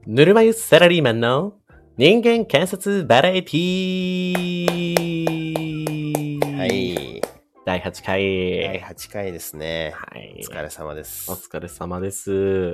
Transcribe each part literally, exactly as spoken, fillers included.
ぬるま湯サラリーマンの人間観察バラエティー。 はい。 だいはちかい。 だいはちかいですね。 はい。 お疲れ様です。 お疲れ様です。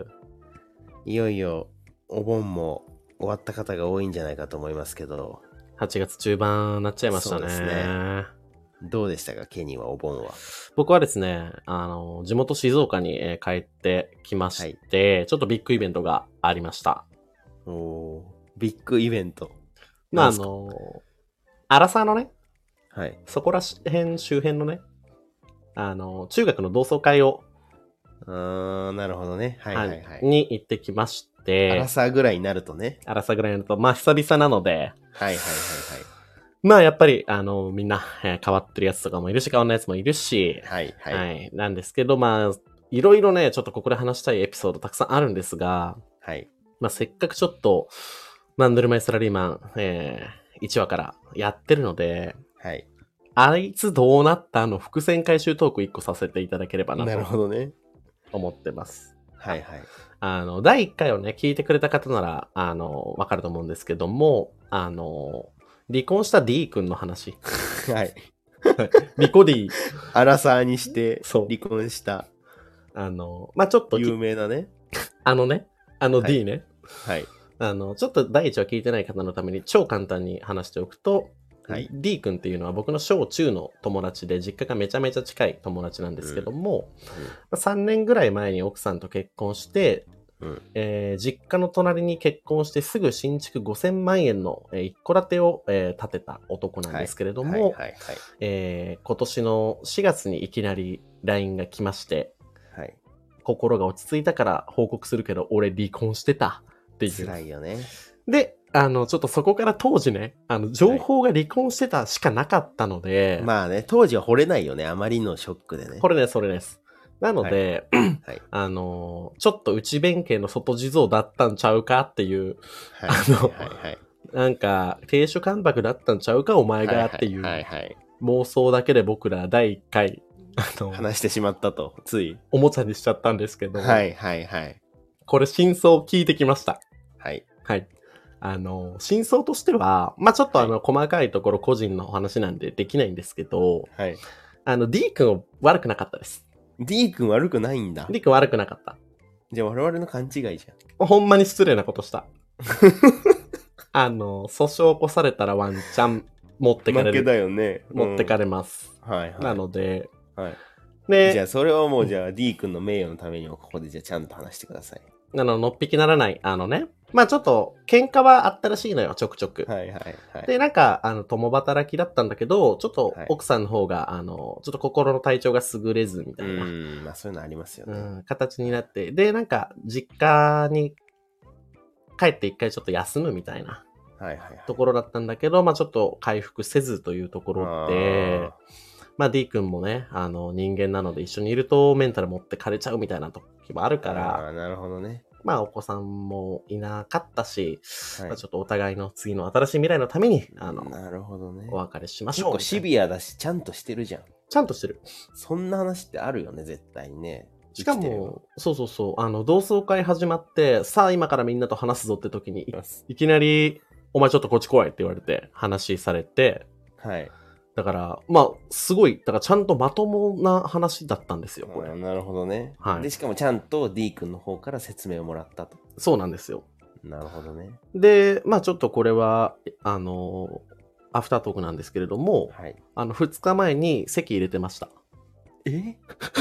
いよいよお盆も終わった方が多いんじゃないかと思いますけど。 はちがつ中盤になっちゃいましたね。 そうですね。どうでしたか、ケニーはお盆は。 僕はですね、あの、地元静岡に帰ってきまして、はい、ちょっとビッグイベントがありました。 おー、ビッグイベント。 まあ、あの、アラサーのね、 はい。 そこら辺周辺のね、あの、中学の同窓会を、 あー、なるほどね。はいはいはい。 に行ってきまして、 アラサーぐらいになるとね。 アラサーぐらいになると、まあ久々なので、はいはいはいはいはい。 まあやっぱり、あの、みんな、えー変わってるやつとかもいるし、変わんないやつもいるし、 はいはい。 はい。なんですけど、まあ、いろいろね、ちょっとここで話したいエピソードたくさんあるんですが、 はい。 まあせっかくちょっと、まあ、ぬるま湯サラリーマン、えー、いちわからやってるので、 はい。 あいつどうなったの伏線回収トークいっこさせていただければなと。 なるほどね。 思ってます。 はいはい。 あの、だいいっかいをね、聞いてくれた方なら、あの、わかると思うんですけども、あの、離婚した D 君の話。 はい。 リコ D。 アラサーにして、 そう。 離婚した。 あの、まあ、ちょっと。 有名なね。 あのね、あの D ね。 はい。はい、 あの、ちょっとだいいちわ聞いてない方のために超簡単に話しておくと、はい、D 君っていうのは僕の小中の友達で、実家がめちゃめちゃ近い友達なんですけども、うんうん、さんねんぐらい前に奥さんと結婚して、うんえー、実家の隣に結婚してすぐ新築ごせんまんえんの、えー、一戸建てを、えー、建てた男なんですけれども、今年のしがつにいきなり ライン が来まして、はい、心が落ち着いたから報告するけど俺離婚してたっていう。 辛いよね。 で、あの、ちょっとそこから当時ね、あの、情報が離婚してたしかなかったので、 はい、まあね、当時は惚れないよね、あまりのショックでね。 これね、それです。なので、はいはい、あの、ちょっと内弁慶の外地蔵だったんちゃうかっていう、はい、あの、はいはいはい、なんか、亭主関白だったんちゃうかお前がっていう妄想だけで僕らだいいっかい、 あの、話してしまったと、つい。 おもちゃにしちゃったんですけど、 はいはいはい。 これ真相聞いてきました。 はい。 はい。あの、真相としては、まあ、ちょっとあの、はい、細かいところ個人のお話なんでできないんですけど、はい。あの、D 君は悪くなかったです。 D 君悪くないんだ。 D 君悪くなかった。 じゃあ我々の勘違いじゃん。 ほんまに失礼なことした。あの、訴訟起こされたらワンチャン持ってかれる。 負けだよね。 うん、持ってかれます。 はいはい。 なので、 はい。で、じゃあそれはもうじゃあ D 君の名誉のためにもここでじゃあちゃんと話してください。 あの、のっぴきならない、あのね。まあちょっと、喧嘩はあったらしいのよ、ちょくちょく。 はいはいはい。 で、なんか、あの、共働きだったんだけど、ちょっと奥さんの方が、はい、あの、ちょっと心の体調が優れずみたいな。 うん、まあそういうのありますよね。 うん、形になって。で、なんか、実家に帰って一回ちょっと休むみたいな。はいはいはい。ところだったんだけど、まあちょっと回復せずというところで、まあ D 君もね、あの人間なので一緒にいるとメンタル持ってかれちゃうみたいな時もあるから、 あ、なるほどね。 まあお子さんもいなかったし、はい、まあ、ちょっとお互いの次の新しい未来のために、あの、 なるほどね。 お別れしましょう。 結構シビアだし、ちゃんとしてるじゃん。 ちゃんとしてる。 そんな話ってあるよね、絶対にね。 しかも、そうそうそう、あの、同窓会始まって、さあ今からみんなと話すぞって時に、いきなり、お前ちょっとこっち来いって言われて話されて、はい。だから、まあ、すごい、だからちゃんとまともな話だったんですよ、これ。 なるほどね。 はい。 で、しかもちゃんと D 君の方から説明をもらったと。 そうなんですよ。 なるほどね。 で、まあちょっとこれは、あの、アフタートークなんですけれども、はい。あの、ふつかまえに籍入れてました。 え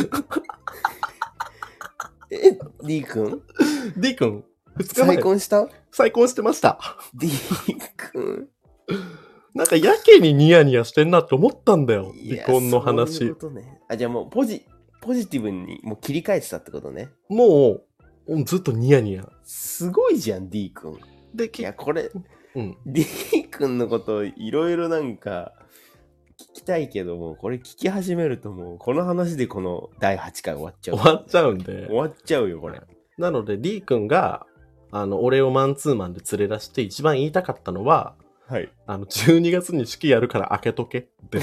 え ?D 君 ?D 君ふつかまえ再婚した再婚してました。 D 君なんかやけにニヤニヤしてんなって思ったんだよ。離婚の話。 そういうことね。あ、じゃあもうポジ、ポジティブにもう切り替えてたってことね。 もう、ずっとニヤニヤ。 すごいじゃん、D 君。で、いや、これ、うん、D 君のこといろいろなんか聞きたいけども、これ聞き始めるともう、この話でこのだいはちかい終わっちゃう、 ね。終わっちゃうんで。 終わっちゃうよ、これ。 なので D 君が、あの、俺をマンツーマンで連れ出して一番言いたかったのは、はい。あの、じゅうにがつに式やるから開けとけです。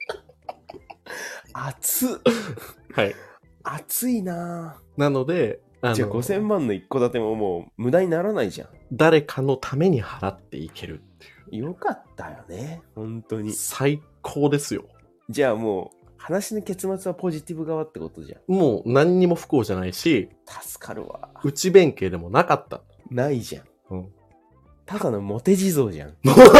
熱っ。 はい。 熱いななので、 じゃあごせんまんの一戸建てももう無駄にならないじゃん。 誰かのために払っていけるっていう。よかったよね。本当に。 最高ですよ。 じゃあもう、話の結末はポジティブ側ってことじゃん。もう何にも不幸じゃないし、 助かるわ。 内弁慶でもなかった。 ないじゃん。 うん。 ただのモテ地蔵じゃん。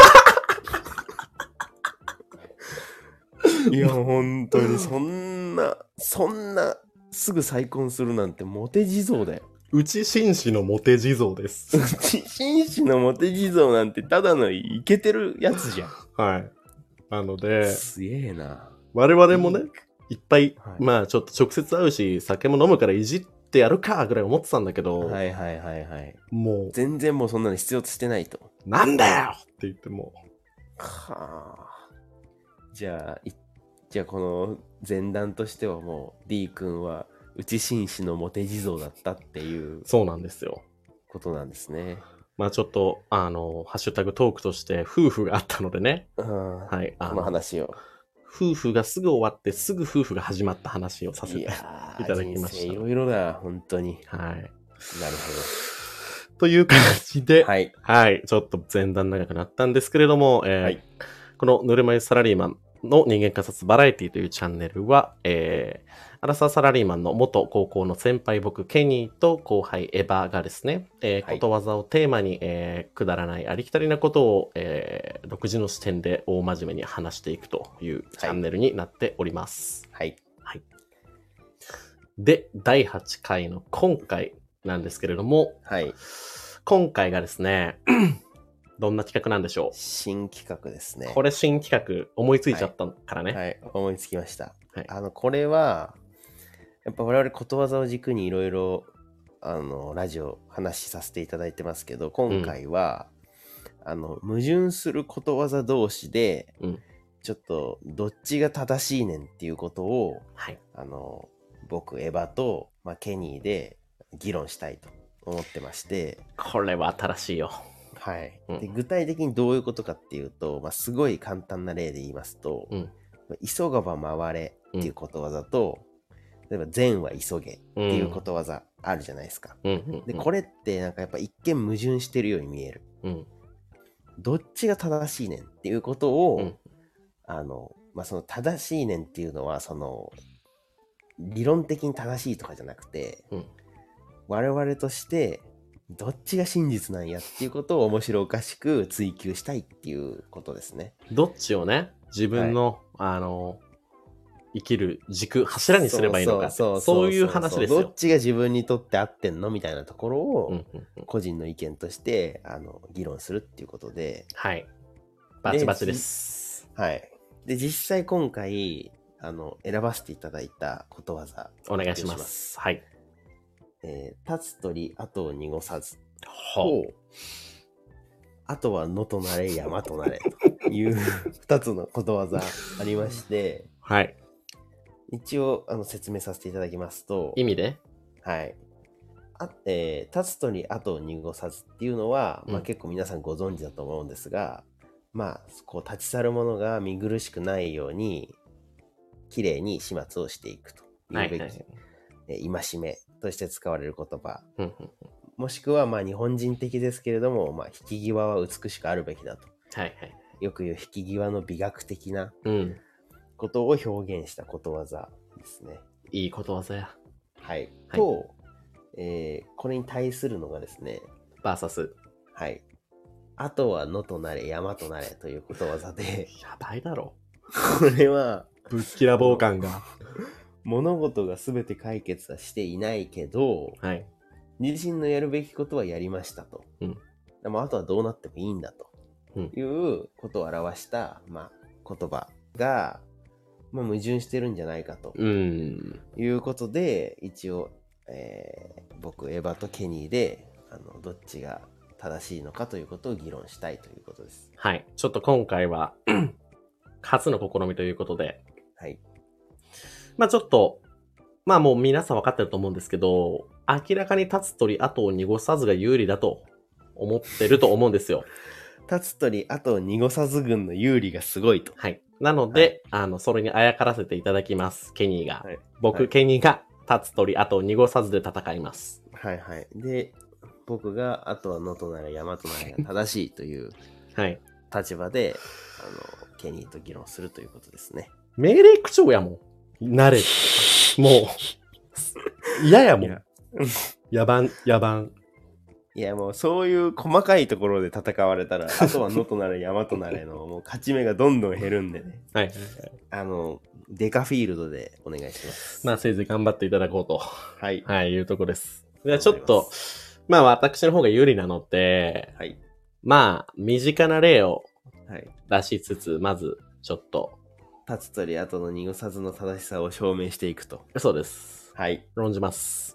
いや、本当にそんな、そんな、すぐ再婚するなんてモテ地蔵だよ。 内紳士のモテ地蔵です。 内紳士のモテ地蔵なんてただのイケてるやつじゃん。 はい。なので、 すげえな。 我々もね、いっぱい、はい、まあちょっと直接会うし、酒も飲むからいじってやるかぐらい思ってたんだけど、 はいはいはいはい。 もう、 全然もうそんなの必要としてないと。 なんだよって言っても。 はあ。じゃあ、じゃあこの前段としてはもう D 君は内紳士のモテ地蔵だったっていう。 そうなんですよ。 ことなんですね。 まあちょっと、あの、ハッシュタグトークとして夫婦があったのでね。 うん、 はい。 この話を。 夫婦がすぐ終わってすぐ夫婦が始まった話をさせていただきました。 いろいろだ、本当に。 はい。なるほど。 という感じで、 はい。 はい。ちょっと前段長くなったんですけれども、えーはい、このぬるま湯サラリーマンの人間観察バラエティというチャンネルは、えー、アラサーサラリーマンの元高校の先輩僕ケニーと後輩エヴァがですね、えーはい、ことわざをテーマに、えー、くだらないありきたりなことを、えー、独自の視点で大真面目に話していくというチャンネルになっております。 はい。 はい。で、だいはちかいの今回なんですけれども、 はい。 今回がですね、どんな企画なんでしょう？ 新企画ですね。 これ新企画思いついちゃったからね。 はい、はい、思いつきました。 はい、 あの、これは、やっぱ我々ことわざを軸にいろいろ、あの、ラジオ話しさせていただいてますけど、今回は、うん、あの、矛盾することわざ同士で、うん、ちょっと、どっちが正しいねんっていうことを、 はい、 あの、僕、エヴァと、まあ、ケニーで議論したいと思ってまして。 これは新しいよ。 はい、うん、で具体的にどういうことかっていうと、まあ、すごい簡単な例で言いますと、うん、急がば回れっていうことわざと、うん、例えば善は急げっていうことわざあるじゃないですか、うんうんうん、でこれってなんかやっぱ一見矛盾してるように見える、うん、どっちが正しいねんっていうことを、うん、あのまあその正しいねんっていうのはその理論的に正しいとかじゃなくて、うん、我々としてどっちが真実なんやっていうことを面白おかしく追求したいっていうことですね。 どっちをね、自分の、はい、あの、生きる軸、柱にすればいいのか。そういう話ですよ。 どっちが自分にとって合ってんのみたいなところを、個人の意見として、あの、議論するっていうことで。 はい。バチバチです。 はい。で、実際今回、あの、選ばせていただいたことわざ。 お願いします。はい。 えー、立つ鳥後を濁さず。ほう。あとは野となれ山となれという二つのことわざありまして、 はい。 一応あの説明させていただきますと、 意味で、 はい。あえー、立つ鳥後を濁さずっていうのは、うん、まあ結構皆さんご存知だと思うんですが、まあこう立ち去るものが見苦しくないように綺麗に始末をしていくというべき。はいはい、戒めとして使われる言葉、うんうんうん、もしくはまあ日本人的ですけれども、まあ、引き際は美しくあるべきだと、 はいはい、 よく言う引き際の美学的なことを表現したことわざですね、 うん、いいことわざや、 はい、はい、と、えー、これに対するのがですねバーサス、 はい、あとは野となれ山となれということわざでやばいだろこれはぶっきらぼう感が物事が全て解決はしていないけど、はい、自身のやるべきことはやりましたと、うん、でもあとはどうなってもいいんだということを表した、まあ、言葉が、まあ、矛盾してるんじゃないかということで、うん、一応、えー、僕エヴァとケニーであのどっちが正しいのかということを議論したいということです。 はい、ちょっと今回は初の試みということで、 はい。 まあちょっと、まあもう皆さん分かってると思うんですけど、明らかに立つ鳥後を濁さずが有利だと思ってると思うんですよ。 立つ鳥後を濁さず軍の有利がすごいと。 はい。なので、はい、あの、それにあやからせていただきます。ケニーが。はい、僕、はい、ケニーが立つ鳥後を濁さずで戦います。 はいはい。で、僕が、あとは野となれ山となれが正しいという立場で、あの、ケニーと議論するということですね。 命令口調やもん。なれ。もう、嫌やもん。野蛮、野蛮。 いやもうそういう細かいところで戦われたら、あとは野となれ山となれのもう勝ち目がどんどん減るんでね。 はい。 あの、デカフィールドでお願いします。 まあ、せいぜい頑張っていただこうと。 はい。 はい、いうとこです。じゃあちょっと、まあ私の方が有利なので、 はい。 まあ、身近な例を出しつつ、はい、まず、ちょっと。 立つ鳥後の濁さずの正しさを証明していくと。 そうです。 はい。 論じます。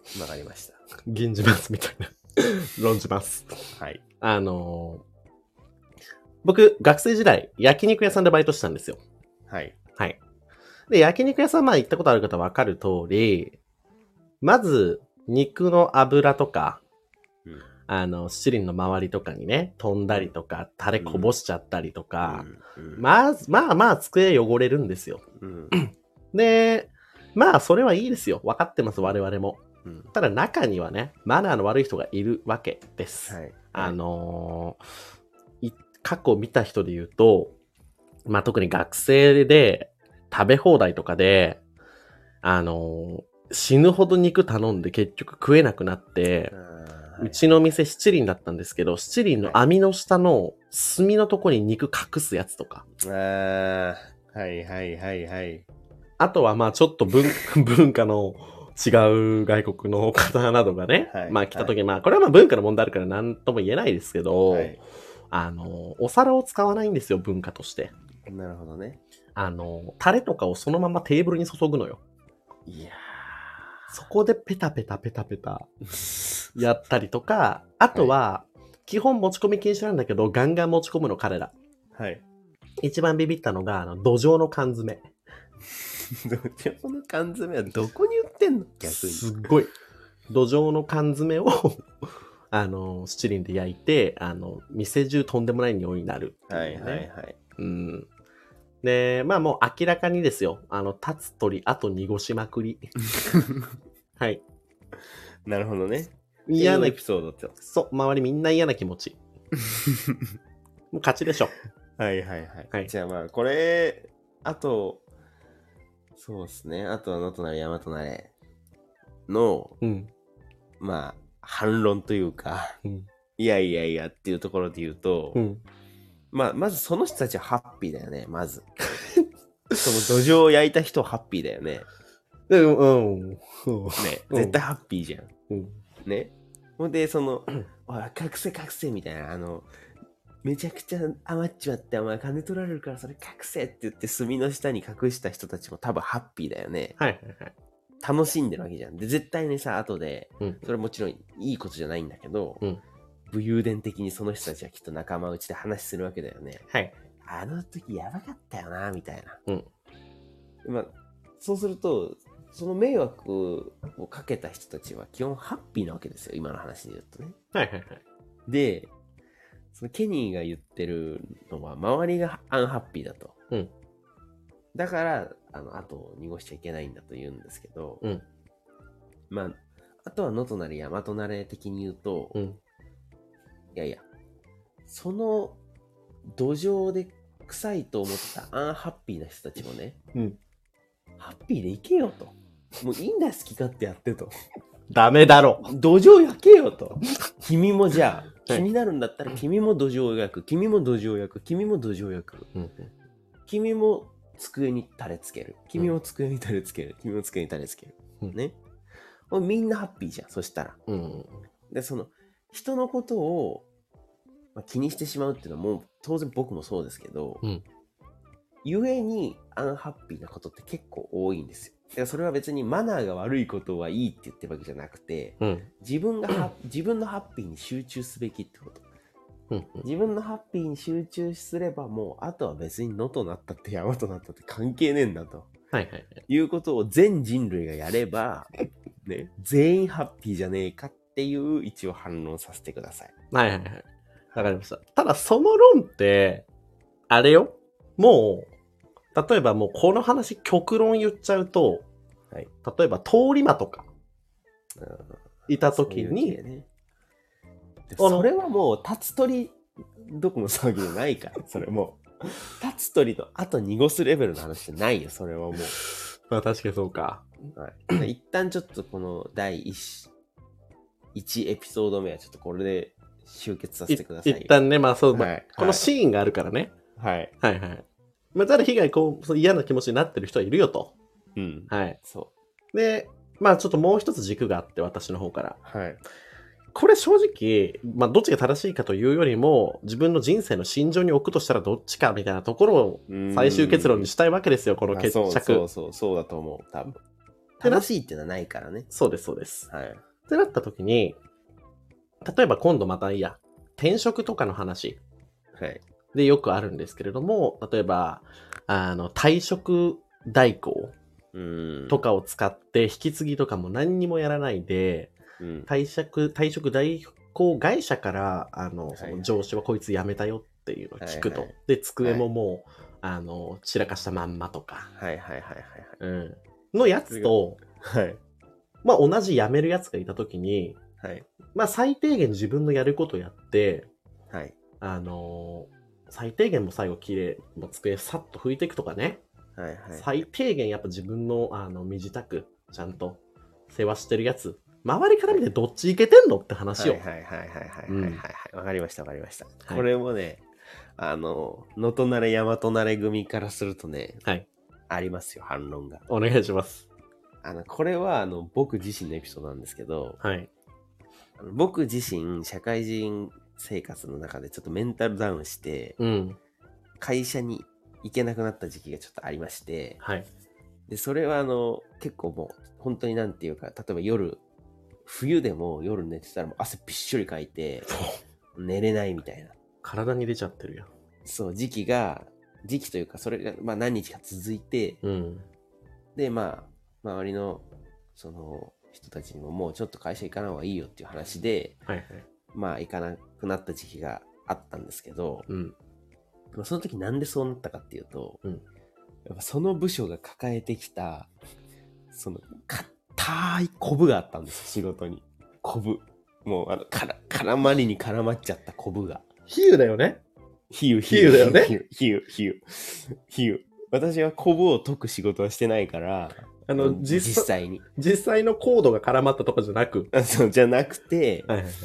わかりました。 吟じますみたいな。論じます。 はい。 あのー、僕、学生時代、焼肉屋さんでバイトしたんですよ。 はい。 はい。で、焼肉屋さん、まあ行ったことある方わかる通り、まず、肉の油とか、うん、あの、七輪の周りとかにね、飛んだりとか、タレこぼしちゃったりとか、うんうん、まあ、まあまあ、机汚れるんですよ。うん、で、まあ、それはいいですよ。分かってます、我々も。うん、ただ、中にはね、マナーの悪い人がいるわけです。はいはい、あのー、過去見た人で言うと、まあ特に学生で食べ放題とかで、あのー、死ぬほど肉頼んで結局食えなくなって、うちの店七輪だったんですけど、七輪の網の下の炭のとこに肉隠すやつとか。 ああ、はいはいはいはい。 あとはまあちょっと 文, 文化の違う外国の方などがね、はい、まあ来た時、はい、まあこれはまあ文化の問題あるから何とも言えないですけど、はい、あの、お皿を使わないんですよ、文化として。 なるほどね。 あの、タレとかをそのままテーブルに注ぐのよ。 いやー。 そこでペタペタペタペタやったりとか、あとは、基本持ち込み禁止なんだけど、ガンガン持ち込むの彼ら。 はい。 一番ビビったのが、あの、土壌の缶詰。 土壌の缶詰はどこに売ってんの？逆に。 すっごい。土壌の缶詰を、あの、七輪で焼いて、あの、店中とんでもない匂いになる、 ね。はいはいはい。 うん。で、まあもう明らかにですよ。あの、立つ鳥、あと濁しまくり。はい。 なるほどね。 嫌なエピソードって。 そう、周りみんな嫌な気持ち。もう勝ちでしょ。 はいはいはい。はい、じゃあまあ、これ、あと、そうですね。あとは野となれ山となれの、うん、まあ、反論というか、うん、いやいやいやっていうところで言うと、うん、まあ、まずその人たちはハッピーだよね、まず。その土壌を焼いた人はハッピーだよね。 うん、うん。ね、 絶対ハッピーじゃん。うん、ね。ほんで、その、おい、隠せ隠せみたいな、あの、めちゃくちゃ余っちまって、お前金取られるからそれ隠せって言って炭の下に隠した人たちも多分ハッピーだよね。 はいはいはい。 楽しんでるわけじゃん。で、絶対にさ、後で、うん、それもちろんいいことじゃないんだけど、うん、武勇伝的にその人たちはきっと仲間内で話するわけだよね。 はい。 あの時やばかったよな、みたいな。うん。まあ、そうすると、その迷惑をかけた人たちは基本ハッピーなわけですよ。今の話で言うとね。 はいはいはい。 で、そのケニーが言ってるのは周りがアンハッピーだと。うん。だから、あの、後を濁しちゃいけないんだと言うんですけど、うん。まあ、あとは野となれ山となれ的に言うと、うん。いやいや、その土壌で臭いと思ったアンハッピーな人たちもね、うん。ハッピーでいけよと。もういいんだ、好き勝手やってと。 ダメだろ。 土壌焼けよと。君もじゃあ、気になるんだったら君も土壌を焼く、君も土壌を焼く、君も土壌を焼く。うんうん、君も机にタレつける。君も机にタレつける。君も机にタレつける。うん、ね。みんなハッピーじゃん、そしたら。うん、で、その、人のことを、まあ、気にしてしまうっていうのはもう当然僕もそうですけど、うん、ゆえにアンハッピーなことって結構多いんですよ。だからそれは別にマナーが悪いことはいいって言ってるわけじゃなくて、うん、自分が自分のハッピーに集中すべきってこと。うんうん、自分のハッピーに集中すればもうあとは別に野となったって山となったって関係ねえんだと、はいはいはい、いうことを全人類がやれば、ね、全員ハッピーじゃねえかっていう一応反論させてください。 はいはいはい。わかりました。ただその論ってあれよ。もう例えばもうこの話極論言っちゃうと、はい、例えば通り魔とか、 いた時に、 ね、それはもう立つ鳥どこの騒ぎじゃないから、それもう立つ鳥のあと濁すレベルの話じゃないよ、それはもう。 まあ確かにそうか。 はい、一旦ちょっとこのだいいちエピソード目はちょっとこれで終結させてください。 一旦ね、まあそう、まあはい、 このシーンがあるからね。 はい。 はいはい。まあただ被害こう、嫌な気持ちになってる人はいるよと。 うん。 はい。 そう。 で、まあちょっともう一つ軸があって、私の方から。 はい。 これ正直、まあどっちが正しいかというよりも、自分の人生の心情に置くとしたらどっちかみたいなところを最終結論にしたいわけですよ、この決着。 そうそうそう、そうだと思う、多分。正しいっていうのはないからね。 そうです、そうです。 はい。 ってなった時に、例えば今度またいいや、転職とかの話。 はい。 でよくあるんですけれども、例えば、あの、退職代行とかを使って、引き継ぎとかも何にもやらないで、うん、退職、退職代行会社から、あの、はいはい、その上司はこいつ辞めたよっていうのを聞くと。はいはい、で、机ももう、はい、あの、散らかしたまんまとか。 はいはいはいはい。 うん。のやつと、はい。まあ同じ辞めるやつがいたときに、はい。まあ最低限自分のやることやって、はい。あのー、最低限も最後綺麗、もう机さっと拭いていくとかね。はいはい。最低限やっぱ自分の、あの、身支度、ちゃんと世話してるやつ。周りから見てどっちいけてんのって話を。 はいはいはいはいはいはいはい。わ、うん、かりましたわかりました。はい、これもね、あの、のとなれ大和なれ組からするとね、はい。ありますよ、反論が。 お願いします。 あの、これは、あの、僕自身のエピソードなんですけど、はい。あの僕自身、社会人生活の中でちょっとメンタルダウンして、うん。会社に行けなくなった時期がちょっとありまして、はい。で、それはあの、結構もう、本当になんていうか、例えば夜、冬でも夜寝てたらもう汗びっしょりかいて、寝れないみたいな。 体に出ちゃってるやん。 そう、時期が、時期というか、それが、まあ何日か続いて、うん。で、まあ、周りの、その、人たちにももうちょっと会社行かない方がいいよっていう話で、はいはい。まあ行かなくなった時期があったんですけど、うん。その時なんでそうなったかっていうと、うん。やっぱその部署が抱えてきた、その、硬いコブがあったんですよ、仕事に。コブ。もう、あの、から、絡まりに絡まっちゃったコブが。 比喩だよね。 比喩、 比喩だよね。 比喩、比喩、比喩。比喩。私はコブを解く仕事はしてないから、 あの、 実際に。 実際のコードが絡まったとかじゃなく。 そう、じゃなくて、はいはいはい、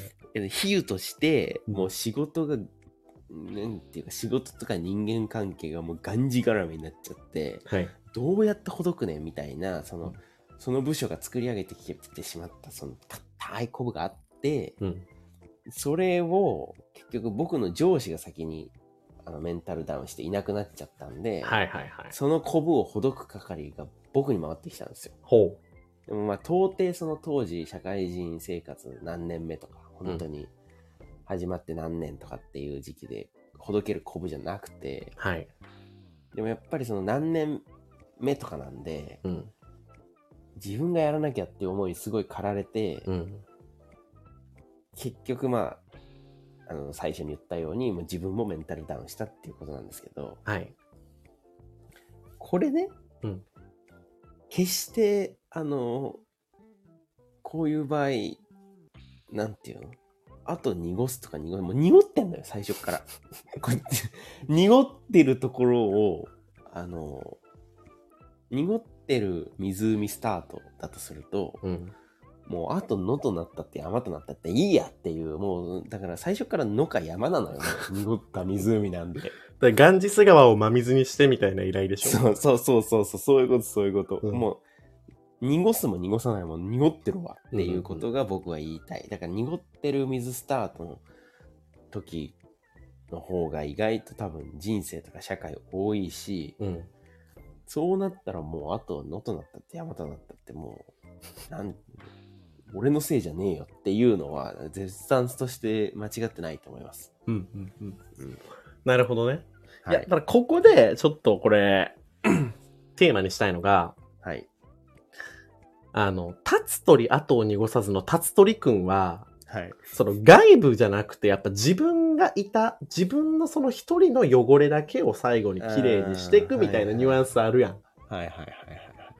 比喩として、もう仕事が、なんていうか、仕事とか人間関係がもうがんじがらめになっちゃって、はい、どうやってほどくねんみたいな、その、うん、その部署が作り上げてきてしまった、その、硬いコブがあって、うん、それを、結局僕の上司が先に、あの、メンタルダウンしていなくなっちゃったんで、はいはいはい、そのコブをほどく係が僕に回ってきたんですよ。ほう。でもまあ、到底その当時、社会人生活何年目とか、本当に始まって何年とかっていう時期で、ほどけるコブじゃなくて、はい。でもやっぱりその何年目とかなんで、うん、自分がやらなきゃっていう思いすごい駆られて、うん、結局まあ、あの、最初に言ったように、もう自分もメンタルダウンしたっていうことなんですけど、はい。これね、うん、決して、あの、こういう場合、なんていうの？あと濁すとか濁す。もう濁ってんだよ、最初から。こうやって濁ってるところを、あの、濁ってる湖スタートだとすると、うん、もうあと野となったって山となったっていいやっていう、もう、だから最初から野か山なのよ、ね、濁った湖なんで。 だガンジス川を真水にしてみたいな依頼でしょ。 そうそうそうそう、そういうこと、そういうこと。うん、もう、濁すも濁さないも濁ってるわっていうことが僕は言いたい。だから濁ってる水スタートの時の方が意外と多分人生とか社会多いし、うん、そうなったらもうあと野となったって山となったってもう、なん、俺のせいじゃねえよっていうのは絶賛として間違ってないと思います。うんうんうん。 うん、なるほどね。はい、いや、だからここでちょっとこれテーマにしたいのが、はい。あの、立つ鳥後を濁さずの立つ鳥くんは、はい。その外部じゃなくて、やっぱ自分がいた、自分のその一人の汚れだけを最後に綺麗にしていくみたいなニュアンスあるやん。 はいはいはいはい。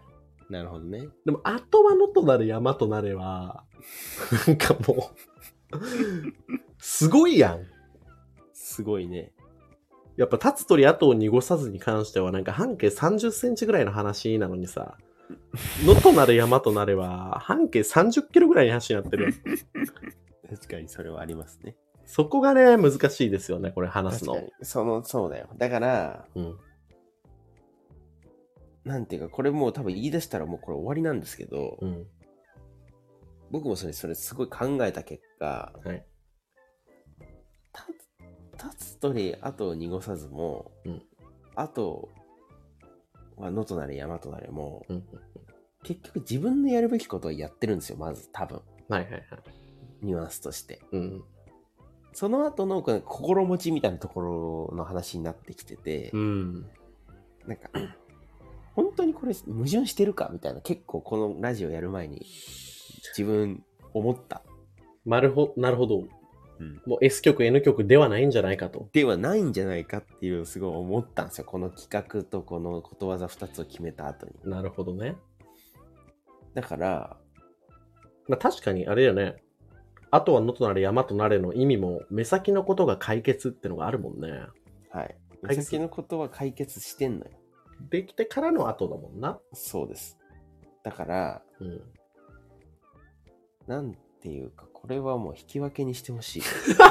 なるほどね。 でも、あとは野となれ山となれは、なんかもう、すごいやん。 すごいね。 やっぱ立つ鳥後を濁さずに関してはなんか半径さんじゅっセンチぐらいの話なのにさ、野となれ山となれは半径さんじゅっキロぐらいの話になってる。 確かにそれはありますね。 そこがね、難しいですよね、これ話すの。 その、そうだよ。だから、うん、なんていうか、これもう多分言い出したらもうこれ終わりなんですけど、うん、僕もそれ、それすごい考えた結果、はい、立つ鳥後を濁さずも、うん、後は野となれ山となれも、うんうんうん、結局自分のやるべきことをやってるんですよ、まず多分。はいはいはい。ニュアンスとして。うん、その後の心持ちみたいなところの話になってきてて、うん、なんか、本当にこれ矛盾してるかみたいな、結構このラジオやる前に自分思った。 なるほど、なるほど。うん、もう S 曲、N 曲ではないんじゃないかと。 ではないんじゃないかっていうのをすごい思ったんですよ。この企画とこのことわざふたつを決めた後に。 なるほどね。 だから、 まあ確かにあれよね。あとは野となれ山となれの意味も目先のことが解決ってのがあるもんね。 はい。目先のことは解決してんのよ。 できてからの後だもんな。 そうです。だから、うん、なんていうか、これはもう引き分けにしてほし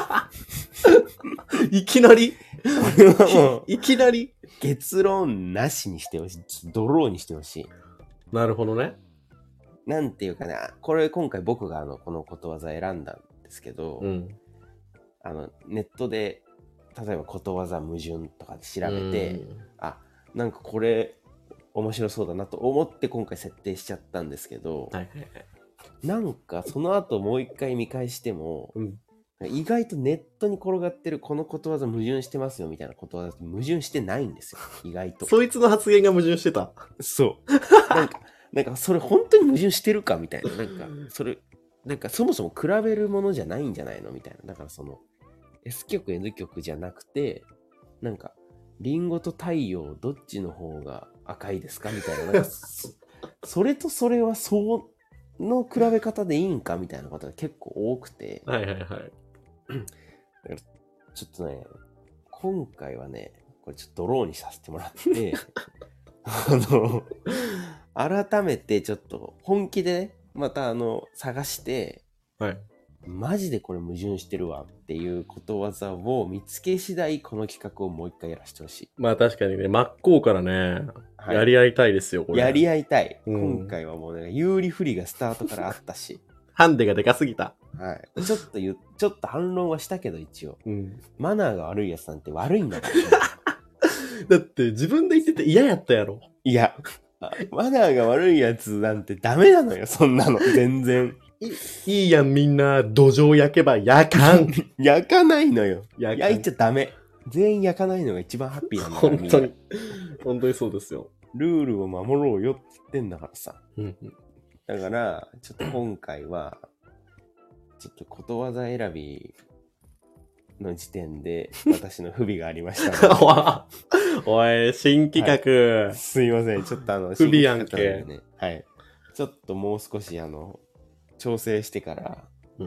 い。いきなりこれはもういきなり結論なしにしてほしい。ドローにしてほしい。 なるほどね。 なんていうかな、これ今回僕があのこのことわざ選んだんですけど、うん、あのネットで例えばことわざ矛盾とかで調べて、あ、なんかこれ面白そうだなと思って今回設定しちゃったんですけど、はいはいはい、なんかその後もう一回見返しても、うん、意外とネットに転がってるこのことわざ矛盾してますよみたいなことわざ矛盾してないんですよ、意外と。 そいつの発言が矛盾してた。 そう。なんかなんかそれ本当に矛盾してるかみたいな。なんかそれ、なんかそもそも比べるものじゃないんじゃないのみたいな。だからその S 曲 N 曲じゃなくて、なんかリンゴと太陽どっちの方が赤いですかみたいな。なんか そ, それとそれはその比べ方でいいんかみたいなことが結構多くて。 はいはいはい。だからちょっとね、今回はね、これちょっとドローにさせてもらって、あの、改めてちょっと本気でね、またあの、探して、はい。マジでこれ矛盾してるわっていうことわざを見つけ次第、この企画をもう一回やらせてほしい。 まあ確かにね、真っ向からね、はい、やり合いたいですよ、これ。 やり合いたい。うん、今回はもうね、有利不利がスタートからあったし。 ハンデがでかすぎた。 はい。ちょっと言う、ちょっと反論はしたけど一応。うん、マナーが悪いやつなんて悪いんだから。 だって自分で言ってて嫌やったやろ。 いや、マナーが悪いやつなんてダメなのよ、そんなの。全然。 い, いいやん、みんな、土壌焼けば焼かん。 焼かないのよ。焼いちゃダメ。全員焼かないのが一番ハッピーなんだから。 本当に。本当にそうですよ。 ルールを守ろうよって言ってんだからさ。うんうん、だから、ちょっと今回は、ちょっとことわざ選びの時点で私の不備がありましたので。おい、新企画、 はい。すいません。ちょっとあの、 不備やんけ、 ね。はい。ちょっともう少しあの、調整してから、うん、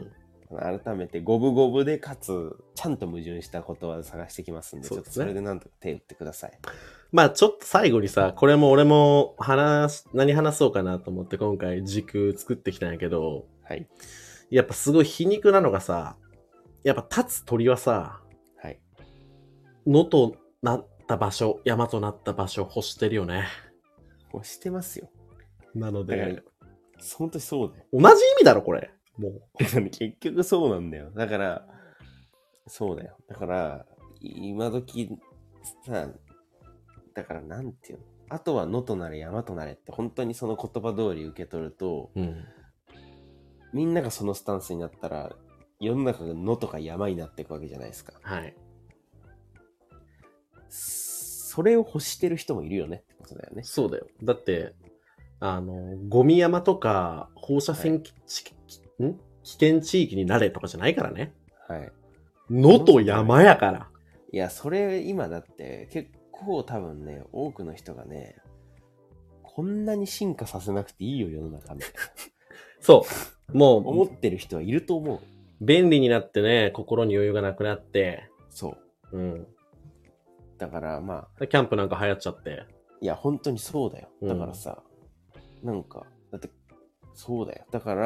改めて五分五分でかつ、ちゃんと矛盾したことわざ探してきますんで、ちょっとそれでなんとか手打ってください。 まあちょっと最後にさ、これも俺も話、何話そうかなと思って今回軸作ってきたんやけど、はい。やっぱすごい皮肉なのがさ、やっぱ立つ鳥はさ、はい。野となった場所、山となった場所欲してるよね。 欲してますよ。 なので、 本当にそうだよ。 同じ意味だろ、これ。もう。 結局そうなんだよ。だから、そうだよ。だから、今時さ、だからなんていうの。あとは野となれ山となれって本当にその言葉通り受け取ると、うん、みんながそのスタンスになったら、世の中が野とか山になっていくわけじゃないですか。はい。それを欲してる人もいるよねってことだよね。 そうだよ。だって、あの、ゴミ山とか放射線、はい、ん危険地域になれとかじゃないからね。はい。野と山やから。 いや、それ今だって結構多分ね、多くの人がね、 こんなに進化させなくていいよ、世の中みたいな。 そう。もう、 思ってる人はいると思う。 便利になってね、心に余裕がなくなって。 そう。 うん。 だからまあ。 キャンプなんか流行っちゃって。 いや、本当にそうだよ。だからさ、うん、なんか、だって、そうだよ。だから、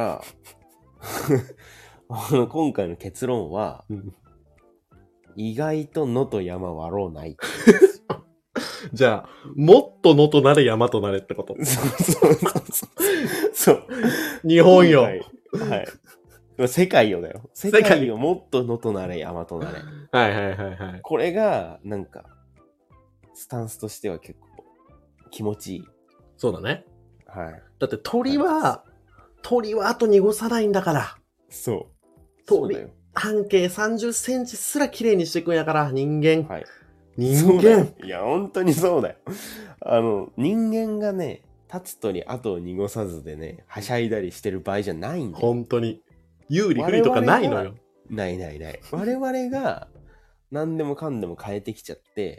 あの今回の結論は、うん、意外と野と山割ろうない。 じゃあ、もっと野となれ山となれってこと。 そうそうそうそう。そう。 日本よ。はい。 世界よだよ。世界よもっと野となれ山となれ。 はいはいはいはい。 これが、なんか、スタンスとしては結構気持ちいい。 そうだね。 はい。だって鳥は、鳥はあと濁さないんだから。 そう。 鳥、半径さんじゅっセンチすら綺麗にしていくんやから、人間。 はい。 人間。 いや、本当にそうだよ。あの、人間がね、立つ鳥後を濁さずでね、はしゃいだりしてる場合じゃないんだよ。 本当に。有利不利とかないのよ。 ないないない。我々が何でもかんでも変えてきちゃって、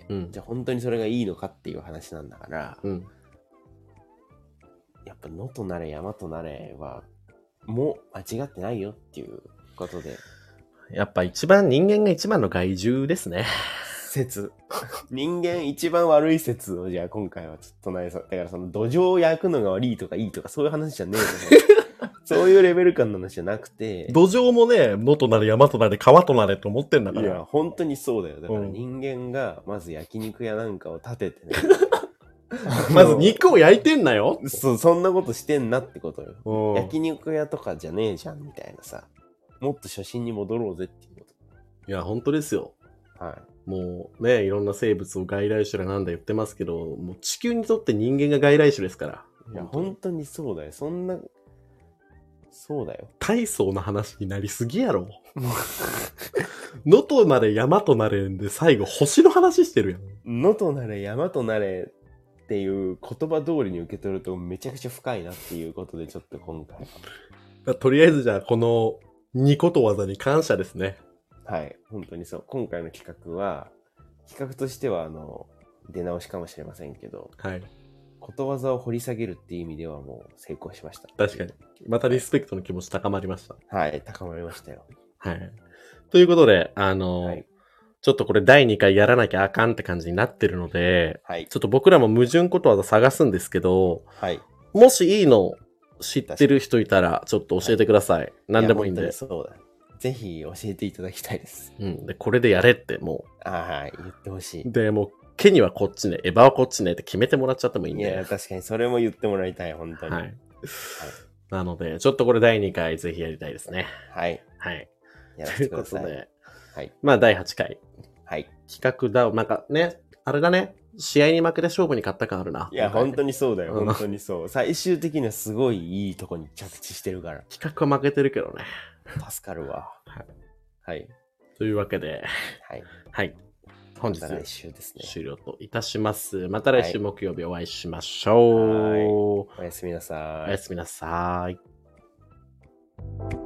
うん、じゃあ本当にそれがいいのかっていう話なんだから、うん、やっぱ野となれ山となれは、もう間違ってないよっていうことで。 やっぱ一番人間が一番の害獣ですね。 説。人間一番悪い説をじゃあ今回はちょっと唱えそう。だからその土壌を焼くのが悪いとかいいとかそういう話じゃねえとそういうレベル感の話じゃなくて。 土壌もね、野となれ山となれ川となれと思ってんだから。 いや、本当にそうだよ。だから人間がまず焼肉屋なんかを建ててね。 まず肉を焼いてんなよ。 そう、そんなことしてんなってことよ。焼肉屋とかじゃねえじゃんみたいなさ。もっと初心に戻ろうぜっていうこと。 いや、本当ですよ。 はい。 もうね、いろんな生物を外来種らなんだ言ってますけど、もう地球にとって人間が外来種ですから。 いや、本当にそうだよ。そんな、そうだよ。 大層な話になりすぎやろ。野となれ山となれんで最後星の話してるやん。野となれ山となれっていう言葉通りに受け取るとめちゃくちゃ深いなっていうことでちょっと今回は。とりあえずじゃあこのにことわざに感謝ですね。 はい、本当にそう。今回の企画は、企画としてはあの、出直しかもしれませんけど、 はい。 ことわざを掘り下げるっていう意味ではもう成功しました。 確かに。またリスペクトの気持ち高まりました。 はい、はい、高まりましたよ。 はい。ということで、あの、はい、ちょっとこれだいにかいやらなきゃあかんって感じになってるので、はい、ちょっと僕らも矛盾ことわざ探すんですけど、はい、もしいいの知ってる人いたら、ちょっと教えてください。はい、何でもいいんで。 そうだ。ぜひ教えていただきたいです。 うん。で、これでやれってもう。はい、言ってほしい。 で、もう、ケにはこっちね、エヴァはこっちねって決めてもらっちゃってもいいんで。 いや、確かにそれも言ってもらいたい、本当に。はい。はい、 なので、ちょっとこれだいにかいぜひやりたいですね。 はい。 はい。 やらせてください。ということで、 はい。まあ、だいはちかい。 はい。 企画だ、なんかね、あれだね。試合に負けて勝負に勝った感あるな。 いや、本当にそうだよ。本当にそう。最終的にはすごいいいとこに着地してるから。 企画は負けてるけどね。 助かるわ。はい。はい。 というわけで、 はい。 はい。本日、 また来週ですね。 終了といたします。また来週木曜日お会いしましょう。 はい。おやすみなさい。 おやすみなさい。